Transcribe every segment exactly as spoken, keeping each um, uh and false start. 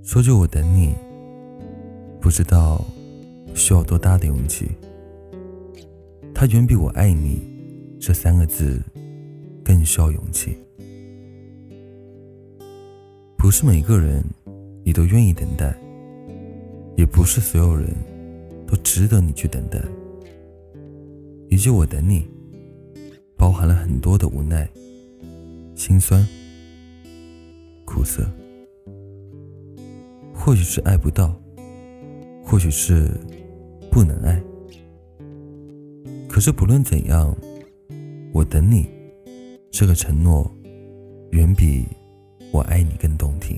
说句我等你，不知道需要多大的勇气。它远比我爱你这三个字更需要勇气。不是每个人你都愿意等待，也不是所有人都值得你去等待。一句我等你，包含了很多的无奈、心酸、苦涩。或许是爱不到，或许是不能爱，可是不论怎样，我等你这个承诺远比我爱你更动听。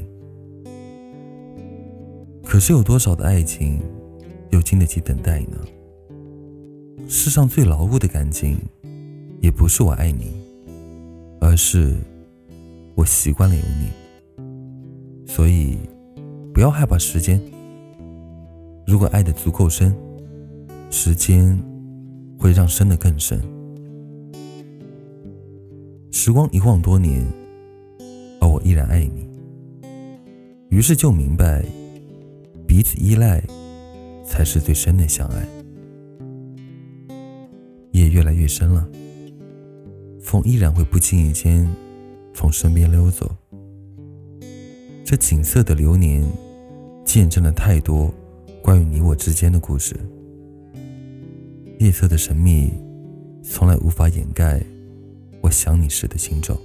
可是有多少的爱情又经得起等待呢？世上最牢固的感情也不是我爱你，而是我习惯了有你。所以不要害怕时间，如果爱得足够深，时间会让深得更深。时光一晃多年，而我依然爱你，于是就明白，彼此依赖才是最深的相爱。夜越来越深了，风依然会不经意间从身边溜走。这锦瑟的流年见证了太多关于你我之间的故事。夜色的神秘从来无法掩盖我想你时的轻重，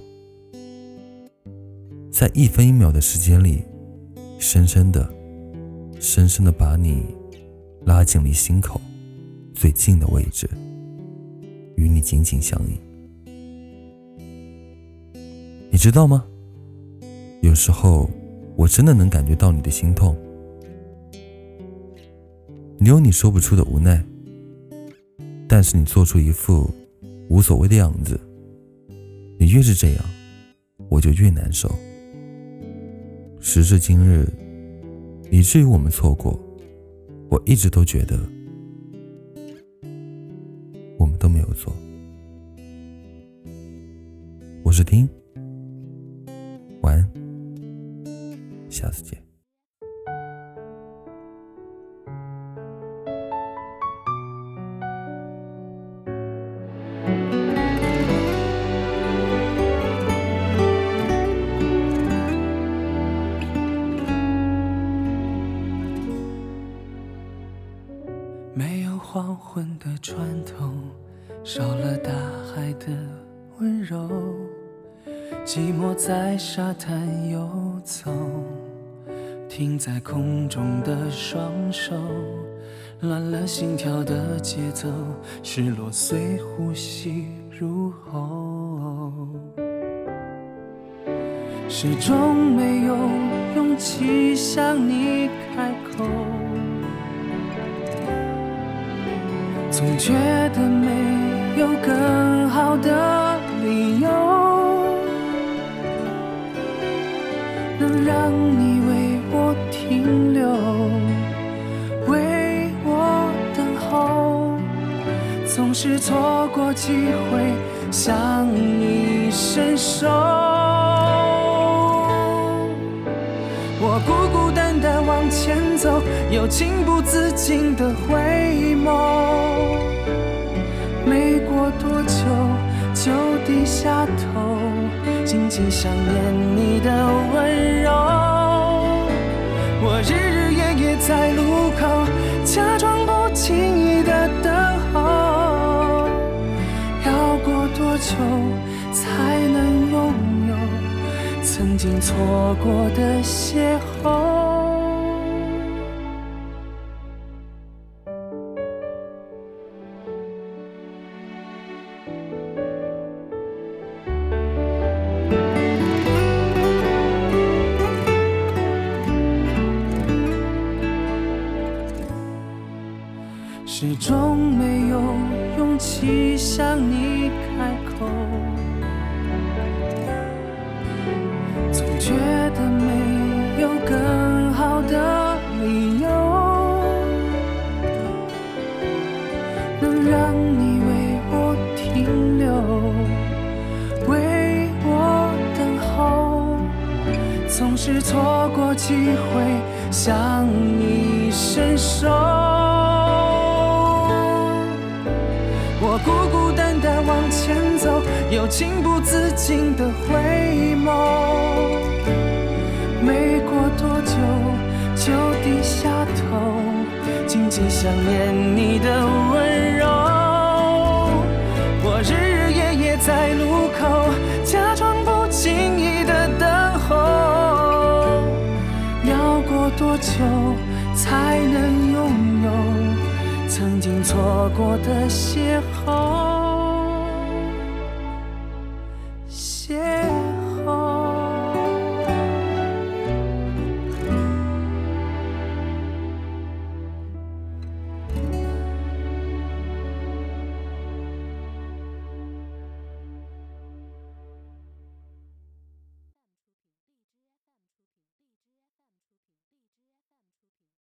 在一分一秒的时间里，深深的深深的把你拉进离心口最近的位置，与你紧紧相依。你知道吗？有时候我真的能感觉到你的心痛，你有你说不出的无奈，但是你做出一副无所谓的样子。你越是这样，我就越难受。时至今日，以至于我们错过，我一直都觉得我们都没有错。我是听，晚安，下次见。 没有黄昏的船头，少了大海的温柔，寂寞在沙滩游走，停在空中的双手，乱了心跳的节奏，失落随呼吸入喉，始终没有勇气向你开口，总觉得没有更好的理由能让你为我停留，为我等候，总是错过机会向你伸手。我孤孤单单往前走，有情不自禁的回眸，没过多久就低下头，紧紧想念你的温柔。我日日夜夜在路口，假装不经意的等候，要过多久才能拥有曾经错过的邂逅？始终没有勇气向你开口，总觉得没有更好的理由能让你为我停留，为我等候，总是错过机会向你伸手。我孤孤单单往前走，又情不自禁的回眸。没过多久就低下头，静静想念你的温柔。我日日夜夜在路口，假装不经意的等候。要过多久才能拥有曾经错过的邂逅？